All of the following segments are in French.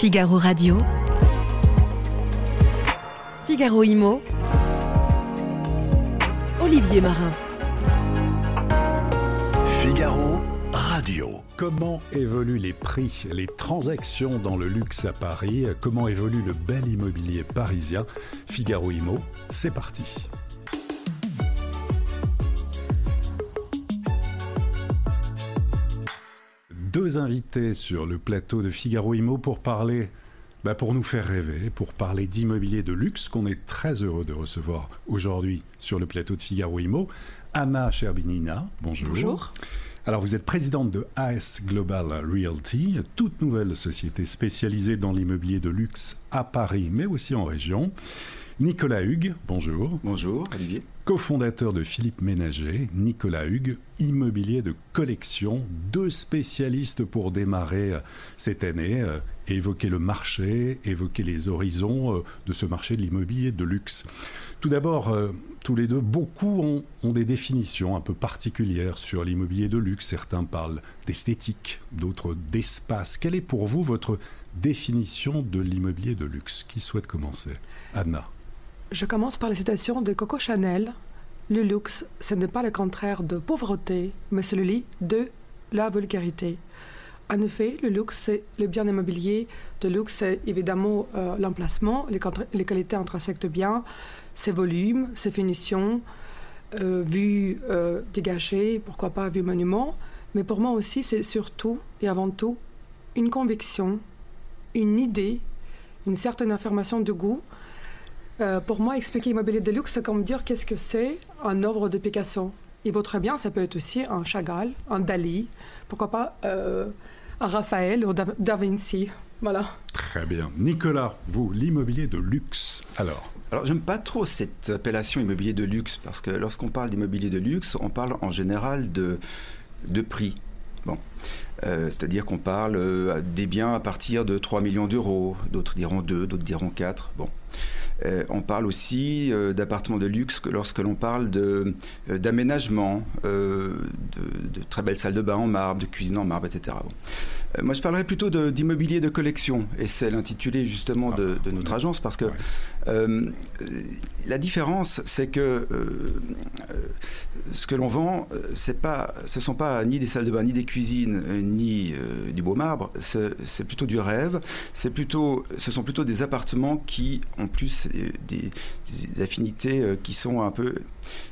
Figaro Radio, Figaro Immo, Olivier Marin. Figaro Radio. Comment évoluent les prix, les transactions dans le luxe à Paris? Comment évolue le bel immobilier parisien? Figaro Immo, c'est parti. Deux invités sur le plateau de Figaro Immo pour parler, pour nous faire rêver, pour parler d'immobilier de luxe qu'on est très heureux de recevoir aujourd'hui sur le plateau de Figaro Immo. Anna Sherbinina, bonjour. Bonjour. Alors vous êtes présidente de AS Global Realty, toute nouvelle société spécialisée dans l'immobilier de luxe à Paris, mais aussi en région. Nicolas Hugues, bonjour. Bonjour, Olivier. Cofondateur de Philippe Ménager, Nicolas Hugues, immobilier de collection, deux spécialistes pour démarrer cette année, évoquer le marché, évoquer les horizons de ce marché de l'immobilier de luxe. Tout d'abord, tous les deux, beaucoup ont des définitions un peu particulières sur l'immobilier de luxe. Certains parlent d'esthétique, d'autres d'espace. Quelle est pour vous votre définition de l'immobilier de luxe? Qui souhaite commencer? Anna. Je commence par la citation de Coco Chanel. Le luxe, ce n'est pas le contraire de pauvreté, mais c'est le lit de la vulgarité. En effet, le luxe, c'est le bien immobilier. Le luxe, c'est évidemment l'emplacement, les qualités intrinsèques de bien, ses volumes, ses finitions, vue dégagée, pourquoi pas vue monument. Mais pour moi aussi, c'est surtout et avant tout une conviction, une idée, une certaine affirmation de goût. Pour moi, expliquer immobilier de luxe, c'est comme dire qu'est-ce que c'est un œuvre de Picasso. Et votre bien, ça peut être aussi un Chagall, un Dali, pourquoi pas un Raphaël ou Da Vinci. Voilà. Très bien. Nicolas, vous, l'immobilier de luxe, alors, j'aime pas trop cette appellation immobilier de luxe, parce que lorsqu'on parle d'immobilier de luxe, on parle en général de prix. Bon. C'est-à-dire qu'on parle des biens à partir de 3 millions d'euros, d'autres diront 2, d'autres diront 4. Bon. On parle aussi d'appartements de luxe lorsque l'on parle d'aménagement, de très belles salles de bain en marbre, de cuisine en marbre, etc. Bon. Moi, je parlerais plutôt d'immobilier de collection, et c'est l'intitulé justement de notre agence, parce que la différence, c'est que ce que l'on vend, ce ne sont pas ni des salles de bain, ni des cuisines, ni du beau marbre, c'est plutôt du rêve, ce sont plutôt des appartements qui ont plus des affinités qui sont un peu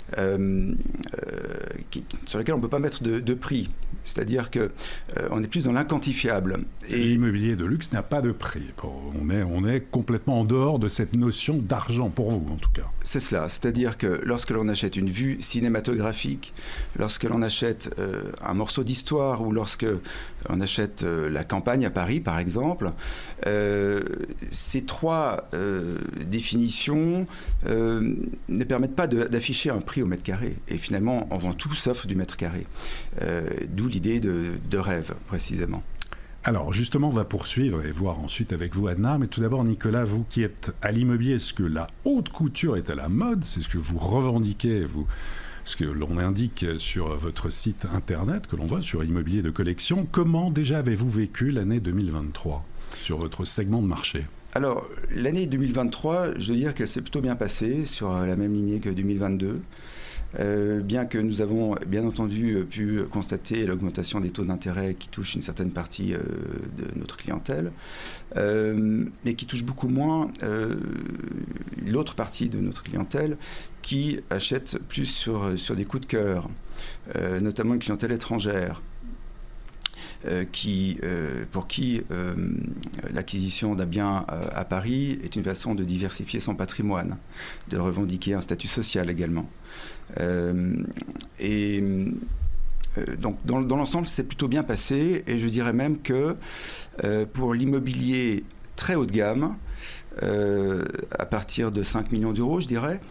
sur lesquelles on ne peut pas mettre de prix. C'est-à-dire qu'on est plus dans l'inquantifiable. Et l'immobilier de luxe n'a pas de prix. On est complètement en dehors de cette notion d'argent, pour vous en tout cas. C'est cela. C'est-à-dire que lorsque l'on achète une vue cinématographique, lorsque l'on achète un morceau d'histoire, ou lorsque on achète la campagne à Paris, par exemple, ces trois définitions ne permettent pas d'afficher un prix au mètre carré. Et finalement, on vend tout sauf du mètre carré. D'où l'idée de rêve, précisément. Alors, justement, on va poursuivre et voir ensuite avec vous, Anna. Mais tout d'abord, Nicolas, vous qui êtes à l'immobilier, est-ce que la haute couture est à la mode? C'est ce que vous revendiquez, ce que l'on indique sur votre site internet, que l'on voit sur Immobilier de collection. Comment déjà avez-vous vécu l'année 2023 sur votre segment de marché? Alors, l'année 2023, je dois dire qu'elle s'est plutôt bien passée, sur la même lignée que 2022. Bien que nous avons bien entendu pu constater l'augmentation des taux d'intérêt qui touchent une certaine partie de notre clientèle, mais qui touche beaucoup moins l'autre partie de notre clientèle qui achète plus sur des coups de cœur, notamment une clientèle étrangère. Pour qui l'acquisition d'un bien à Paris est une façon de diversifier son patrimoine, de revendiquer un statut social également. Donc dans l'ensemble, c'est plutôt bien passé, et je dirais même que pour l'immobilier très haut de gamme, à partir de 5 millions d'euros, je dirais,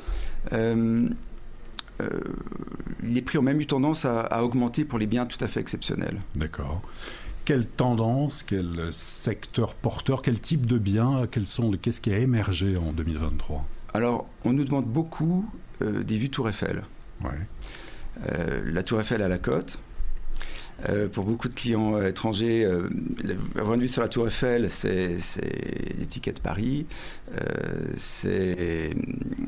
les prix ont même eu tendance à augmenter pour les biens tout à fait exceptionnels. D'accord. Quelle tendance, quel secteur porteur, quel type de biens, qu'est-ce qui a émergé en 2023? Alors, on nous demande beaucoup des vues Tour Eiffel. Ouais. La Tour Eiffel à la côte, Pour beaucoup de clients étrangers, avoir une vue sur la Tour Eiffel, c'est l'étiquette Paris. C'est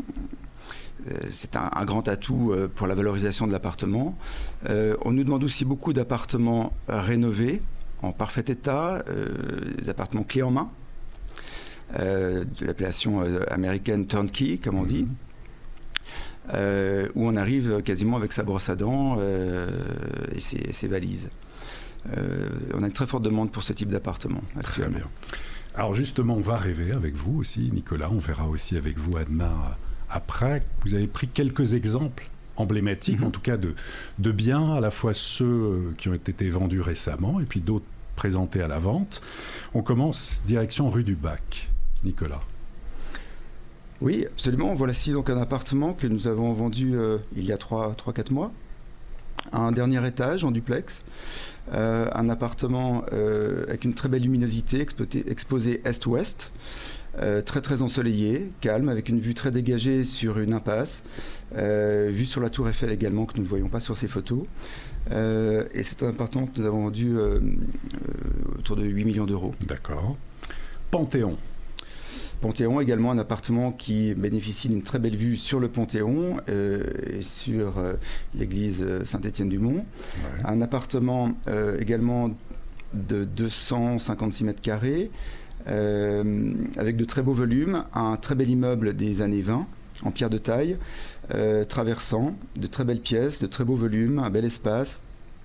un grand atout pour la valorisation de l'appartement. On nous demande aussi beaucoup d'appartements rénovés, en parfait état, des appartements clés en main, de l'appellation américaine turnkey, comme on dit. Où on arrive quasiment avec sa brosse à dents et ses valises. On a une très forte demande pour ce type d'appartement. Très bien. Alors justement, on va rêver avec vous aussi, Nicolas. On verra aussi avec vous, Anna, après. Vous avez pris quelques exemples emblématiques, en tout cas de biens, à la fois ceux qui ont été vendus récemment et puis d'autres présentés à la vente. On commence direction rue du Bac. Nicolas. Oui, absolument. Voici donc un appartement que nous avons vendu il y a 3-4 mois. Un dernier étage en duplex. Un appartement avec une très belle luminosité, exposé est-ouest. Très très ensoleillé, calme, avec une vue très dégagée sur une impasse. Vue sur la Tour Eiffel également, que nous ne voyons pas sur ces photos. Et c'est un appartement que nous avons vendu autour de 8 millions d'euros. D'accord. Panthéon. Panthéon, également un appartement qui bénéficie d'une très belle vue sur le Panthéon et sur l'église Saint-Étienne-du-Mont. Ouais. Un appartement également de 256 mètres carrés, avec de très beaux volumes, un très bel immeuble des années 20, en pierre de taille, traversant, de très belles pièces, de très beaux volumes, un bel espace.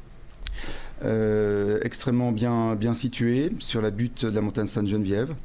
Extrêmement bien situé sur la butte de la montagne Sainte-Geneviève.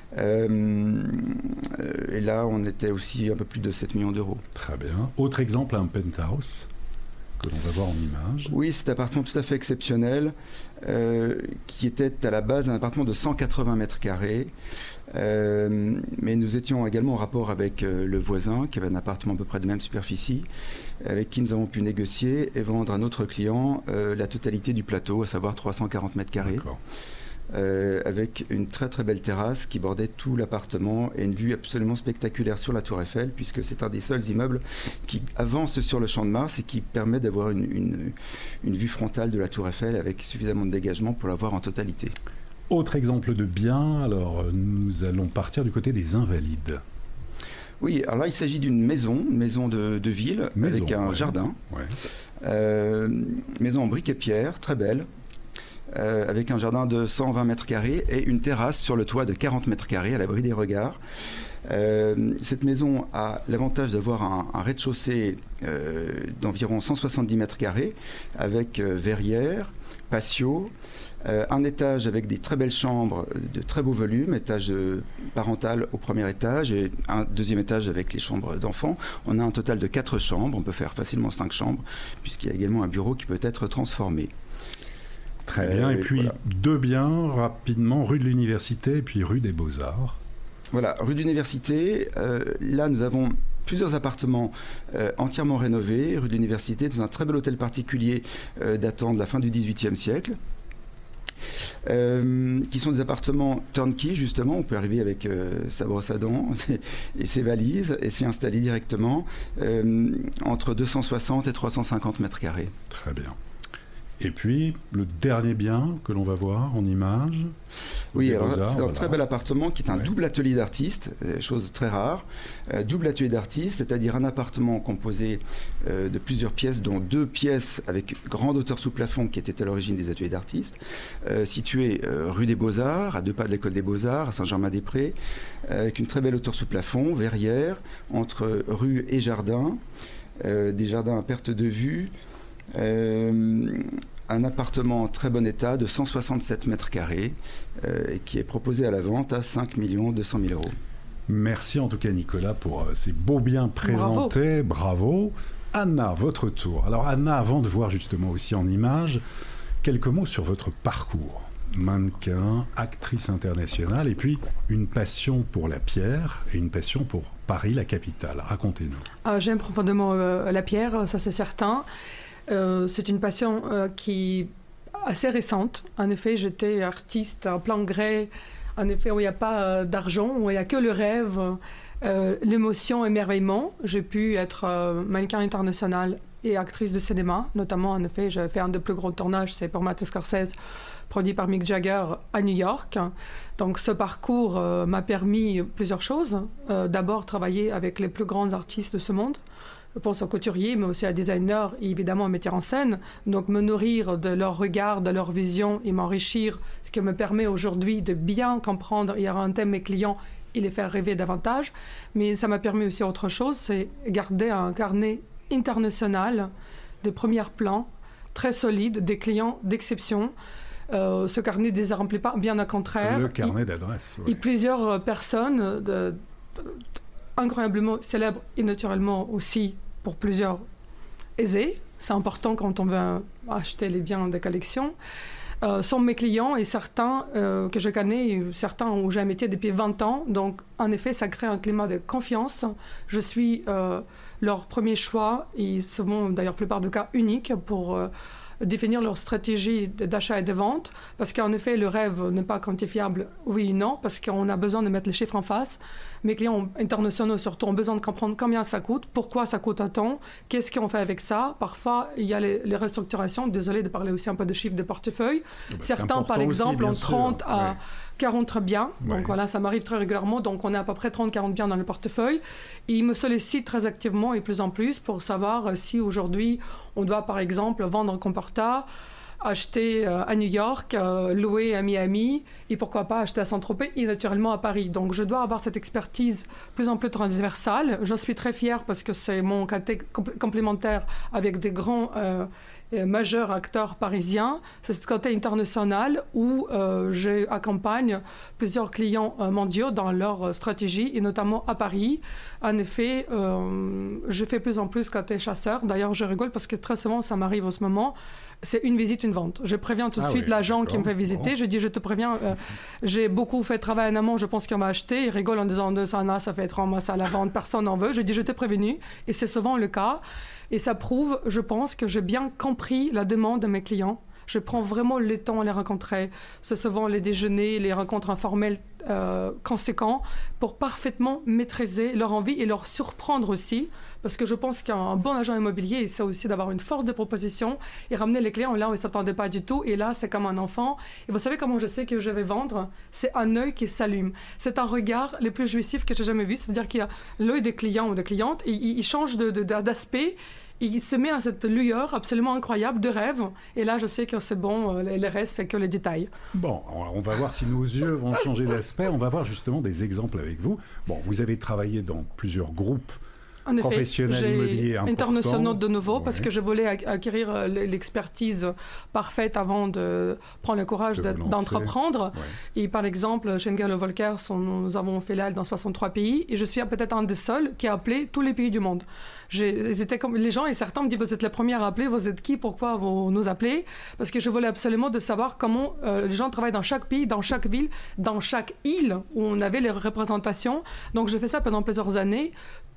Et là, on était aussi un peu plus de 7 millions d'euros. Très bien. Autre exemple, un penthouse que l'on va voir en image. Oui, c'est un appartement tout à fait exceptionnel qui était à la base un appartement de 180 mètres carrés. Mais nous étions également en rapport avec le voisin qui avait un appartement à peu près de même superficie, avec qui nous avons pu négocier et vendre à notre client la totalité du plateau, à savoir 340 mètres carrés. D'accord. Avec une très très belle terrasse qui bordait tout l'appartement et une vue absolument spectaculaire sur la Tour Eiffel, puisque c'est un des seuls immeubles qui avance sur le Champ de Mars et qui permet d'avoir une vue frontale de la Tour Eiffel avec suffisamment de dégagement pour la voir en totalité. Autre exemple de bien, alors nous allons partir du côté des Invalides. Oui, alors là il s'agit d'une maison de ville, avec un jardin, maison en briques et pierre, très belle. Avec un jardin de 120 mètres carrés et une terrasse sur le toit de 40 mètres carrés à l'abri des regards. Cette maison a l'avantage d'avoir un rez-de-chaussée d'environ 170 mètres carrés avec verrière, patio, un étage avec des très belles chambres de très beau volume, étage parental au premier étage et un deuxième étage avec les chambres d'enfants. On a un total de 4 chambres, on peut faire facilement 5 chambres puisqu'il y a également un bureau qui peut être transformé. Très bien, et puis voilà. 2 biens rapidement, rue de l'Université et puis rue des Beaux-Arts. Voilà, rue de l'Université, là nous avons plusieurs appartements entièrement rénovés, rue de l'Université, dans un très bel hôtel particulier datant de la fin du XVIIIe siècle. Qui sont des appartements turnkey justement, on peut arriver avec sa brosse à dents et ses valises et s'y installer directement entre 260 et 350 mètres carrés. Très bien. Et puis, le dernier bien que l'on va voir en image. Oui, alors c'est un très bel appartement qui est un double atelier d'artiste, chose très rare. Double atelier d'artiste, c'est-à-dire un appartement composé de plusieurs pièces, dont 2 pièces avec grande hauteur sous plafond qui étaient à l'origine des ateliers d'artistes, situé rue des Beaux-Arts, à 2 pas de l'école des Beaux-Arts, à Saint-Germain-des-Prés, avec une très belle hauteur sous plafond, verrière, entre rue et jardin, des jardins à perte de vue. Un appartement en très bon état de 167 mètres carrés et qui est proposé à la vente à 5 200 000 euros. Merci en tout cas Nicolas pour ces beaux biens présentés. Bravo. Anna, votre tour. Alors Anna, avant de voir justement aussi en image, quelques mots sur votre parcours. Mannequin, actrice internationale et puis une passion pour la pierre et une passion pour Paris, la capitale. Racontez-nous. J'aime profondément la pierre, ça c'est certain. C'est une passion qui est assez récente. En effet, j'étais artiste à plein gré. En effet, où il n'y a pas d'argent, où il n'y a que le rêve, l'émotion, émerveillement. J'ai pu être mannequin international et actrice de cinéma. Notamment, en effet, j'ai fait un des plus gros tournages, c'est pour Martin Scorsese, produit par Mick Jagger à New York. Donc ce parcours m'a permis plusieurs choses. D'abord, travailler avec les plus grands artistes de ce monde. Je pense aux couturiers, mais aussi à designers et évidemment aux metteurs en scène. Donc me nourrir de leur regard, de leur vision et m'enrichir, ce qui me permet aujourd'hui de bien comprendre et orienter mes clients et les faire rêver davantage. Mais ça m'a permis aussi autre chose, c'est garder un carnet international de premier plan, très solide, des clients d'exception. Ce carnet ne les remplit pas, bien au contraire. Le carnet d'adresses. Et plusieurs personnes incroyablement célèbres et naturellement aussi pour plusieurs aisés. C'est important quand on veut acheter les biens de collection. Sont mes clients et certains que je connais, certains où j'ai un métier depuis 20 ans. Donc, en effet, ça crée un climat de confiance. Je suis leur premier choix et souvent, d'ailleurs, la plupart du cas, unique pour définir leur stratégie d'achat et de vente. Parce qu'en effet, le rêve n'est pas quantifiable, oui et non, parce qu'on a besoin de mettre les chiffres en face. Mes clients internationaux, surtout, ont besoin de comprendre combien ça coûte, pourquoi ça coûte autant, qu'est-ce qu'on fait avec ça. Parfois, il y a les restructurations. Désolé de parler aussi un peu de chiffres de portefeuille. Certains, par exemple, ont 30 à 40 biens. Donc voilà, ça m'arrive très régulièrement. Donc on a à peu près 30-40 biens dans le portefeuille. Et ils me sollicitent très activement et plus en plus pour savoir si aujourd'hui on doit par exemple vendre un Comporta, acheter à New York, louer à Miami et pourquoi pas acheter à Saint-Tropez et naturellement à Paris. Donc je dois avoir cette expertise plus en plus transversale. Je suis très fière parce que c'est mon côté complémentaire avec des grands majeurs acteurs parisiens. C'est ce côté international où j'accompagne plusieurs clients mondiaux dans leur stratégie et notamment à Paris. En effet, je fais plus en plus côté chasseur. D'ailleurs, je rigole parce que très souvent, ça m'arrive en ce moment. C'est une visite, une vente. Je préviens tout de suite l'agent qui me fait visiter. Bon. Je dis, je te préviens, j'ai beaucoup fait travail en amont, je pense qu'on va acheter. Il rigole en disant, ça fait 3 mois, ça à la vente, personne n'en veut. Je dis, je t'ai prévenu. Et c'est souvent le cas. Et ça prouve, je pense, que j'ai bien compris la demande de mes clients. Je prends vraiment le temps à les rencontrer. C'est souvent les déjeuners, les rencontres informelles conséquents pour parfaitement maîtriser leur envie et leur surprendre aussi. Parce que je pense qu'un bon agent immobilier, c'est aussi d'avoir une force de proposition et ramener les clients là où ils ne s'attendaient pas du tout. Et là, c'est comme un enfant. Et vous savez comment je sais que je vais vendre? C'est un œil qui s'allume. C'est un regard le plus jouissif que j'ai jamais vu. C'est-à-dire qu'il y a l'œil des clients ou des clientes, et il change d'aspect. Il se met à cette lueur absolument incroyable de rêve. Et là, je sais que c'est bon, le reste, c'est que les détails. Bon, on va voir si nos yeux vont changer d'aspect. On va voir justement des exemples avec vous. Bon, vous avez travaillé dans plusieurs groupes en effet, j'ai internationaux de nouveau parce que je voulais acquérir l'expertise parfaite avant de prendre le courage d'entreprendre. Et par exemple, Schenker Le Volker, nous avons fait l'aile dans 63 pays et je suis peut-être un des seuls qui a appelé tous les pays du monde. Les gens et certains me disent, vous êtes la première à appeler, vous êtes qui, pourquoi vous nous appelez? Parce que je voulais absolument de savoir comment les gens travaillent dans chaque pays, dans chaque ville, dans chaque île où on avait les représentations. Donc je fais ça pendant plusieurs années.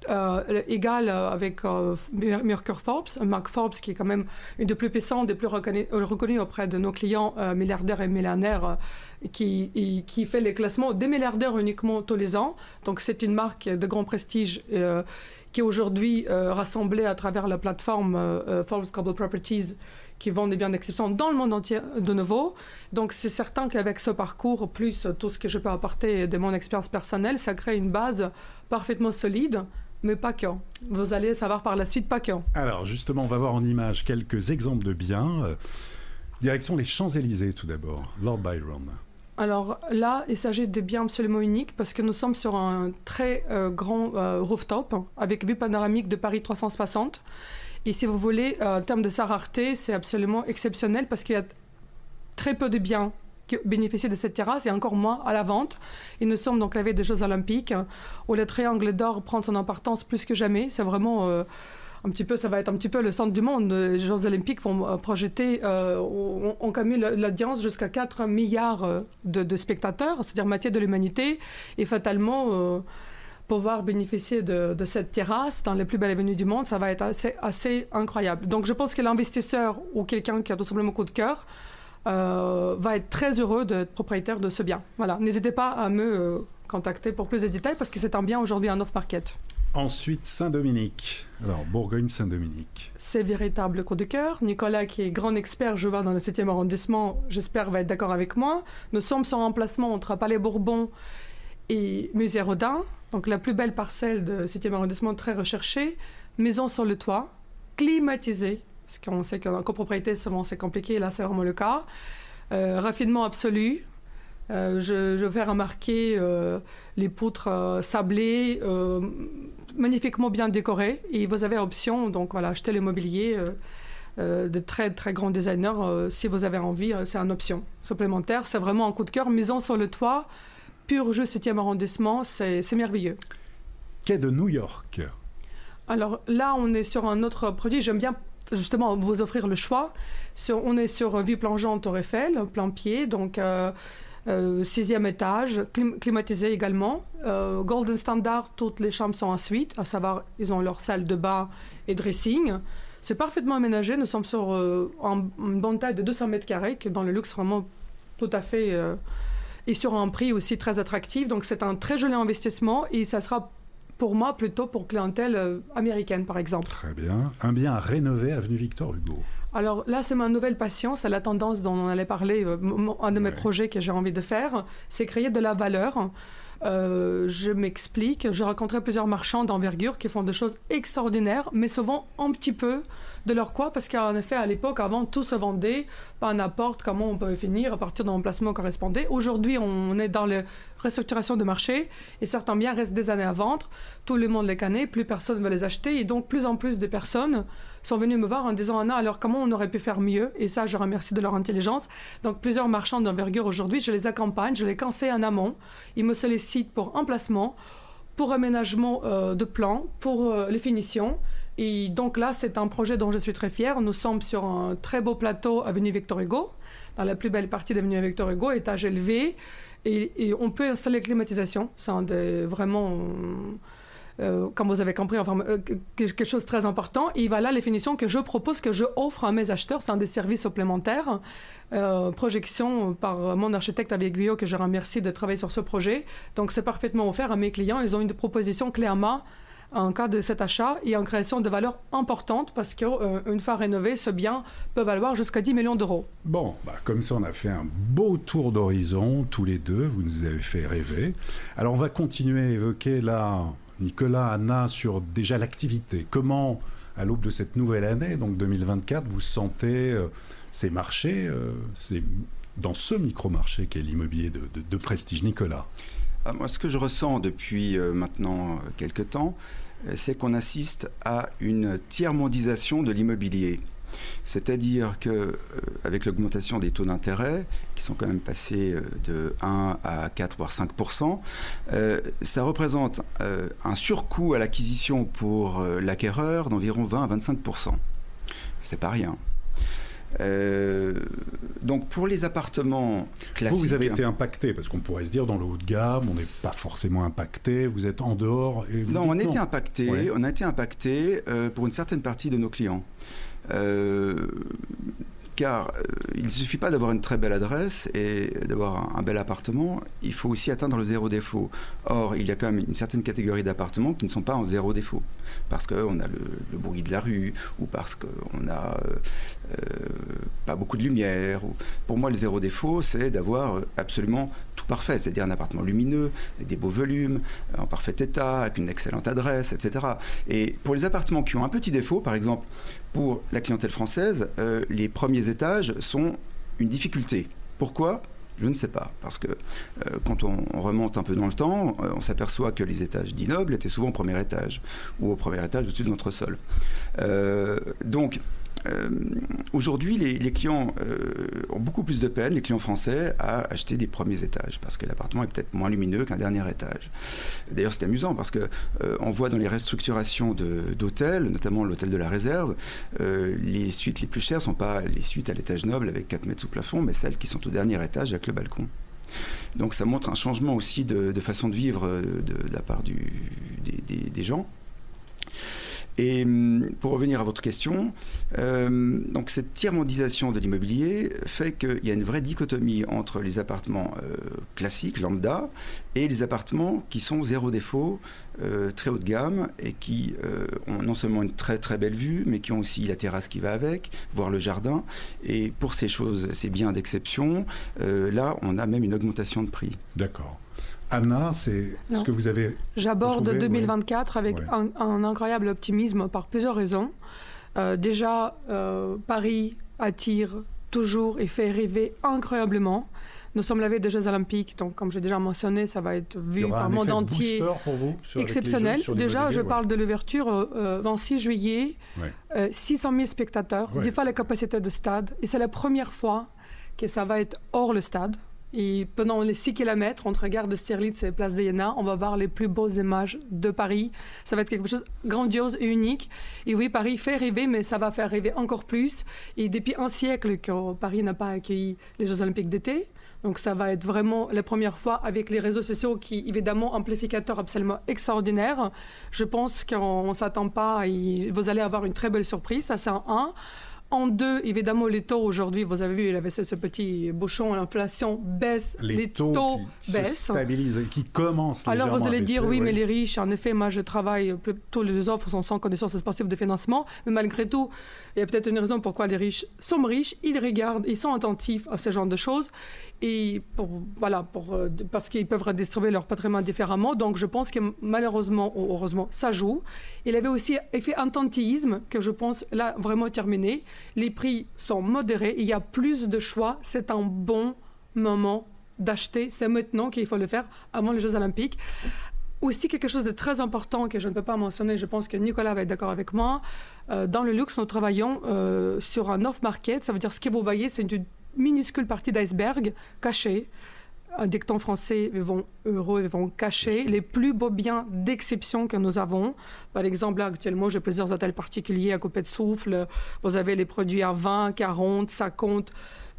Égal avec Mercure Forbes, Mark Forbes qui est quand même une des plus puissantes, des plus reconnues auprès de nos clients milliardaires et millionnaires qui fait les classements des milliardaires uniquement tous les ans. Donc c'est une marque de grand prestige qui est aujourd'hui rassemblée à travers la plateforme Forbes Global Properties qui vend des biens d'exception dans le monde entier de nouveau. Donc c'est certain qu'avec ce parcours, plus tout ce que je peux apporter de mon expérience personnelle, ça crée une base parfaitement solide. Mais pas que. Vous allez savoir par la suite pas que. Alors justement, on va voir en image quelques exemples de biens. Direction les Champs-Élysées tout d'abord. Lord Byron. Alors là, il s'agit de biens absolument uniques parce que nous sommes sur un très grand rooftop avec vue panoramique de Paris 360. Et si vous voulez, en termes de sa rareté, c'est absolument exceptionnel parce qu'il y a très peu de biens qui bénéficient de cette terrasse et encore moins à la vente. Et nous sommes donc la veille des Jeux Olympiques où le triangle d'or prend son importance plus que jamais. C'est vraiment ça va être un petit peu le centre du monde. Les Jeux Olympiques vont projeter, on cumule l'audience jusqu'à 4 milliards de spectateurs, c'est-à-dire moitié de l'humanité. Et fatalement, pouvoir bénéficier de cette terrasse dans les plus belles avenues du monde, ça va être assez incroyable. Donc je pense que l'investisseur ou quelqu'un qui a tout simplement coup de cœur va être très heureux d'être propriétaire de ce bien. Voilà. N'hésitez pas à me contacter pour plus de détails parce que c'est un bien aujourd'hui en off-market. Ensuite, Saint-Dominique. Alors, Bourgogne-Saint-Dominique. C'est véritable coup de cœur. Nicolas, qui est grand expert, je vois, dans le 7e arrondissement, j'espère va être d'accord avec moi. Nous sommes sur un emplacement entre Palais Bourbon et Musée Rodin. Donc, la plus belle parcelle de 7e arrondissement, très recherchée. Maison sur le toit, climatisée, parce qu'on sait qu'en copropriété, souvent, c'est compliqué. Là, c'est vraiment le cas. Raffinement absolu. Je vais remarquer les poutres sablées, magnifiquement bien décorées. Et vous avez option, donc voilà, acheter le mobilier de très très grands designers. Si vous avez envie, c'est une option supplémentaire. C'est vraiment un coup de cœur. Maison sur le toit, pur jeu 7e arrondissement, c'est merveilleux. Quai de New York. Alors là, on est sur un autre produit. J'aime bien justement vous offrir le choix. On est sur vue plongeante Tour Eiffel, plein pied, donc 6e étage, climatisé également. Golden Standard, toutes les chambres sont en suite, à savoir, ils ont leur salle de bain et dressing. C'est parfaitement aménagé. Nous sommes sur une bonne taille de 200 mètres carrés, qui est dans le luxe vraiment tout à fait... et sur un prix aussi très attractif. Donc c'est un très joli investissement et ça sera pour moi plutôt pour clientèle américaine, par exemple. Très bien. Un bien à rénover, avenue Victor Hugo. Alors là, c'est ma nouvelle passion, c'est la tendance dont on allait parler, un de mes projets que j'ai envie de faire, c'est créer de la valeur. Je m'explique, je rencontrais plusieurs marchands d'envergure qui font des choses extraordinaires, mais souvent un petit peu de leur quoi, parce qu'en effet, à l'époque, avant, tout se vendait, pas n'importe comment on pouvait finir à partir d'un emplacement correspondant. Aujourd'hui, on est dans la restructuration de marché et certains biens restent des années à vendre. Tout le monde les connaît, plus personne ne veut les acheter et donc plus en plus de personnes sont venues me voir en disant « Anna, alors comment on aurait pu faire mieux ?» Et ça, je remercie de leur intelligence. Donc plusieurs marchands d'envergure aujourd'hui, je les accompagne, je les conseille en amont. Ils me sollicitent pour emplacement, pour aménagement de plans, pour les finitions. Et donc là, c'est un projet dont je suis très fière. Nous sommes sur un très beau plateau avenue Victor Hugo, dans la plus belle partie d'avenue Victor Hugo, étage élevé. Et on peut installer climatisation. C'est vraiment, comme vous avez compris, enfin, quelque chose de très important. Et voilà les finitions que je propose, que je offre à mes acheteurs. C'est un des services supplémentaires. Projection par mon architecte avec Guillaume, que je remercie de travailler sur ce projet. Donc c'est parfaitement offert à mes clients. Ils ont une proposition clé en main en cas de cet achat et en création de valeur importante parce qu'une fois rénové, ce bien peut valoir jusqu'à 10 millions d'euros. Bon, comme ça, on a fait un beau tour d'horizon, tous les deux. Vous nous avez fait rêver. Alors, on va continuer à évoquer là, Nicolas, Anna, sur déjà l'activité. Comment, à l'aube de cette nouvelle année, donc 2024, vous sentez ces marchés, dans ce micro-marché qu'est l'immobilier de prestige. Nicolas? Moi, ce que je ressens depuis maintenant quelques temps, c'est qu'on assiste à une tiers-mondisation de l'immobilier. C'est-à-dire qu'avec l'augmentation des taux d'intérêt, qui sont quand même passés de 1 à 4, voire 5%, ça représente un surcoût à l'acquisition pour l'acquéreur d'environ 20 à 25%. C'est pas rien. Donc pour les appartements classiques... Vous avez été impacté, parce qu'on pourrait se dire dans le haut de gamme, on n'est pas forcément impacté, vous êtes en dehors... Et vous on a dites été impacté, ouais. On a été impacté pour une certaine partie de nos clients. Car il ne suffit pas d'avoir une très belle adresse et d'avoir un bel appartement, il faut aussi atteindre le zéro défaut. Or, il y a quand même une certaine catégorie d'appartements qui ne sont pas en zéro défaut, parce qu'on a le bruit de la rue, ou parce qu'on n'a pas beaucoup de lumière. Pour moi, le zéro défaut, c'est d'avoir absolument tout parfait, c'est-à-dire un appartement lumineux, avec des beaux volumes, en parfait état, avec une excellente adresse, etc. Et pour les appartements qui ont un petit défaut, par exemple, pour la clientèle française, les premiers étages sont une difficulté. Pourquoi ? Je ne sais pas, parce que quand on remonte un peu dans le temps, on s'aperçoit que les étages dits nobles étaient souvent au premier étage, ou au premier étage au-dessus de l'entresol. Donc, aujourd'hui, les clients ont beaucoup plus de peine, les clients français, à acheter des premiers étages, parce que l'appartement est peut-être moins lumineux qu'un dernier étage. D'ailleurs, c'est amusant, parce que on voit dans les restructurations d'hôtels, notamment l'hôtel de la Réserve, les suites les plus chères ne sont pas les suites à l'étage noble avec 4 mètres sous plafond, mais celles qui sont au dernier étage avec le balcon. Donc ça montre un changement aussi de façon de vivre de la part des gens. Et pour revenir à votre question, donc cette tiers-mondisation de l'immobilier fait qu'il y a une vraie dichotomie entre les appartements classiques, lambda, et les appartements qui sont zéro défaut, très haut de gamme, et qui ont non seulement une très très belle vue, mais qui ont aussi la terrasse qui va avec, voire le jardin. Et pour ces choses, ces biens d'exception, là, on a même une augmentation de prix. D'accord. Anna, c'est ce que vous avez... J'aborde retrouvé, 2024 avec un incroyable optimisme par plusieurs raisons. Déjà, Paris attire toujours et fait rêver incroyablement. Nous sommes la veille des Jeux Olympiques, donc comme j'ai déjà mentionné, ça va être vu par le monde entier. Pour vous, exceptionnel. Déjà, je parle de l'ouverture 26 juillet, 600 000 spectateurs, 10 fois la capacité de stade. Et c'est la première fois que ça va être hors le stade. Et pendant les 6 km, entre gare de Stirlitz et place d'Iéna, on va voir les plus beaux images de Paris. Ça va être quelque chose de grandiose et unique. Et oui, Paris fait rêver, mais ça va faire rêver encore plus. Et depuis un siècle que Paris n'a pas accueilli les Jeux Olympiques d'été. Donc ça va être vraiment la première fois avec les réseaux sociaux qui, évidemment, amplificateurs absolument extraordinaires. Je pense qu'on ne s'attend pas et vous allez avoir une très belle surprise. Ça, c'est un. En deux, évidemment, les taux aujourd'hui, vous avez vu, il avait ce petit bouchon, l'inflation baisse, les taux qui baissent. Se stabilisent, qui commencent légèrement. Alors vous allez dire, oui, mais les riches, en effet, moi je travaille, plutôt les offres sont sans connaissance expansive de financement, mais malgré tout, il y a peut-être une raison pourquoi les riches sont riches, ils regardent, ils sont attentifs à ce genre de choses, et parce qu'ils peuvent redistribuer leur patrimoine différemment. Donc je pense que malheureusement ou heureusement, ça joue. Il avait aussi effet attentisme que je pense là vraiment terminé. Les prix sont modérés, il y a plus de choix, c'est un bon moment d'acheter, c'est maintenant qu'il faut le faire avant les Jeux Olympiques. Aussi quelque chose de très important que je ne peux pas mentionner, je pense que Nicolas va être d'accord avec moi, dans le luxe, nous travaillons sur un off-market, ça veut dire ce que vous voyez, c'est une minuscule partie d'iceberg cachée. Un dicton français, ils vont cacher les plus beaux biens d'exception que nous avons. Par exemple, là, actuellement, j'ai plusieurs hôtels particuliers à couper de souffle. Vous avez les produits à 20, 40, 50,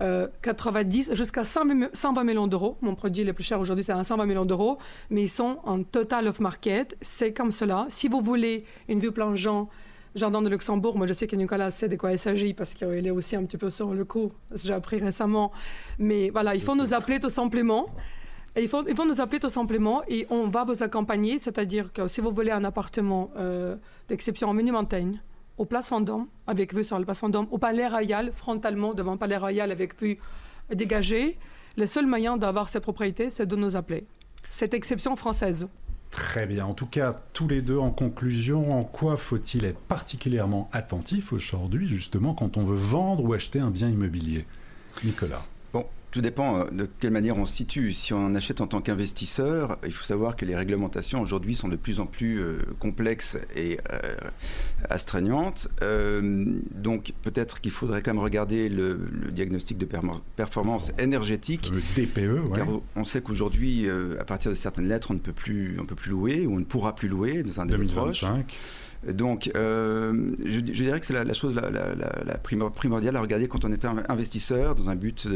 90, jusqu'à 120 millions d'euros. Mon produit le plus cher aujourd'hui, c'est à 120 millions d'euros. Mais ils sont en total off-market. C'est comme cela. Si vous voulez une vue plongeante, Jardin de Luxembourg, moi je sais que Nicolas sait de quoi il s'agit parce qu'il est aussi un petit peu sur le coup, j'ai appris récemment. Mais voilà, il faut nous appeler tout simplement. Et il faut nous appeler tout simplement et on va vous accompagner. C'est-à-dire que si vous voulez un appartement d'exception en Ménilmontagne, au Place Vendôme, avec vue sur le Place Vendôme, au Palais Royal, frontalement devant le Palais Royal avec vue dégagée, le seul moyen d'avoir ces propriétés, c'est de nous appeler. Cette exception française. Très bien. En tout cas, tous les deux, en conclusion, en quoi faut-il être particulièrement attentif aujourd'hui, justement, quand on veut vendre ou acheter un bien immobilier ? Nicolas. Bon, tout dépend de quelle manière on se situe. Si on en achète en tant qu'investisseur, il faut savoir que les réglementations aujourd'hui sont de plus en plus complexes et astreignantes. Donc peut-être qu'il faudrait quand même regarder le diagnostic de performance énergétique. Le DPE, car on sait qu'aujourd'hui, à partir de certaines lettres, on ne peut plus louer ou on ne pourra plus louer dans un délai proche. 2025. Donc, je dirais que c'est la chose la primordiale à regarder quand on est investisseur dans un but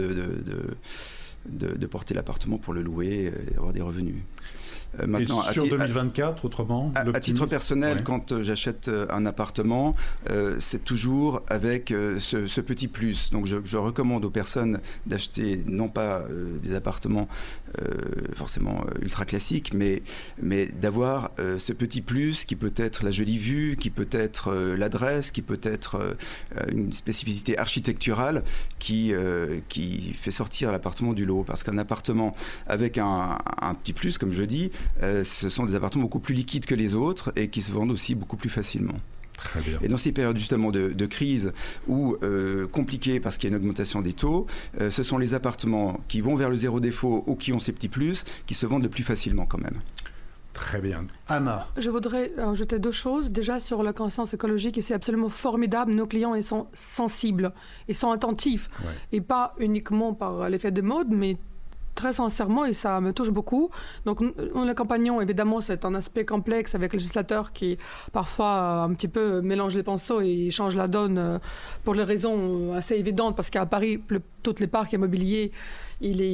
de porter l'appartement pour le louer et avoir des revenus. Maintenant, et sur 2024, autrement, à titre personnel, quand j'achète un appartement, c'est toujours avec ce petit plus. Donc je recommande aux personnes d'acheter non pas des appartements forcément ultra classiques, mais d'avoir ce petit plus qui peut être la jolie vue, qui peut être l'adresse, qui peut être une spécificité architecturale qui fait sortir l'appartement du lot. Parce qu'un appartement avec un petit plus, comme je dis, ce sont des appartements beaucoup plus liquides que les autres et qui se vendent aussi beaucoup plus facilement. Très bien. Et dans ces périodes justement de crise ou compliquées parce qu'il y a une augmentation des taux, ce sont les appartements qui vont vers le zéro défaut ou qui ont ces petits plus qui se vendent le plus facilement quand même. Très bien. Anna. Je voudrais ajouter deux choses. Déjà, sur la conscience écologique, et c'est absolument formidable. Nos clients, ils sont sensibles, ils sont attentifs. Ouais. Et pas uniquement par l'effet de mode, mais très sincèrement, et ça me touche beaucoup. Donc, nous l'accompagnons, évidemment, c'est un aspect complexe avec le législateur qui, parfois, un petit peu mélange les pinceaux et change la donne pour des raisons assez évidentes, parce qu'à Paris, tous les parcs immobiliers, il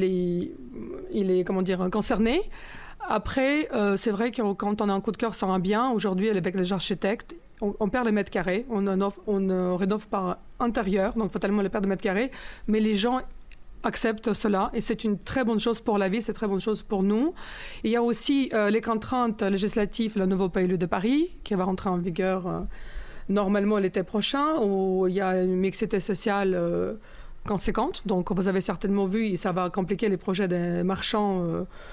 est comment dire, concerné. Après, c'est vrai que quand on a un coup de cœur sur un bien, aujourd'hui, avec les architectes, On perd les mètres carrés, on ne rénove pas intérieur, donc fatalement les perte de mètres carrés, mais les gens acceptent cela et c'est une très bonne chose pour la ville, c'est une très bonne chose pour nous. Il y a aussi les contraintes législatives, le nouveau PLU de Paris qui va rentrer en vigueur normalement l'été prochain, où il y a une mixité sociale conséquente. Donc vous avez certainement vu, ça va compliquer les projets des marchands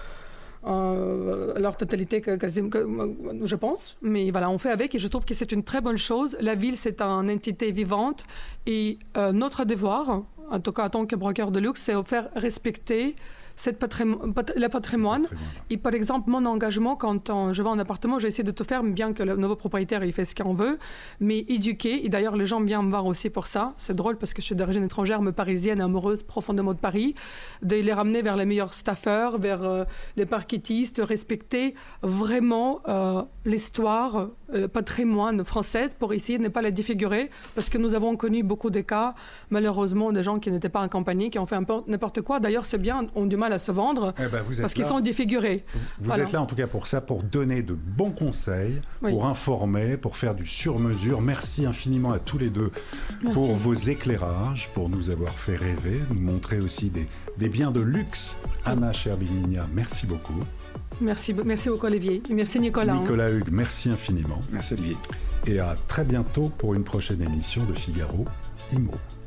leur totalité, quasiment, je pense. Mais voilà, on fait avec et je trouve que c'est une très bonne chose. La ville, c'est une entité vivante et notre devoir, en tout cas en tant que broker de luxe, c'est de faire respecter le patrimoine. Et par exemple, mon engagement, quand je vais en appartement, j'essaie de tout faire, bien que le nouveau propriétaire il fait ce qu'on veut, mais éduquer. Et d'ailleurs, les gens viennent me voir aussi pour ça. C'est drôle parce que je suis d'origine étrangère, mais parisienne, amoureuse profondément de Paris, de les ramener vers les meilleurs staffeurs, vers les parquettistes, respecter vraiment l'histoire, le patrimoine française pour essayer de ne pas la défigurer, parce que nous avons connu beaucoup de cas, malheureusement, de gens qui n'étaient pas accompagnés, qui ont fait n'importe quoi. D'ailleurs, c'est bien, on du mal à se vendre parce qu'ils sont défigurés. Vous êtes là en tout cas pour ça, pour donner de bons conseils, pour informer, pour faire du sur-mesure. Merci infiniment à tous les deux pour vos éclairages, pour nous avoir fait rêver, nous montrer aussi des biens de luxe. Anna Sherbininia, merci beaucoup. Merci beaucoup Olivier. Merci Nicolas. Nicolas Hugues, merci infiniment. Merci Olivier. Et à très bientôt pour une prochaine émission de Figaro Immo.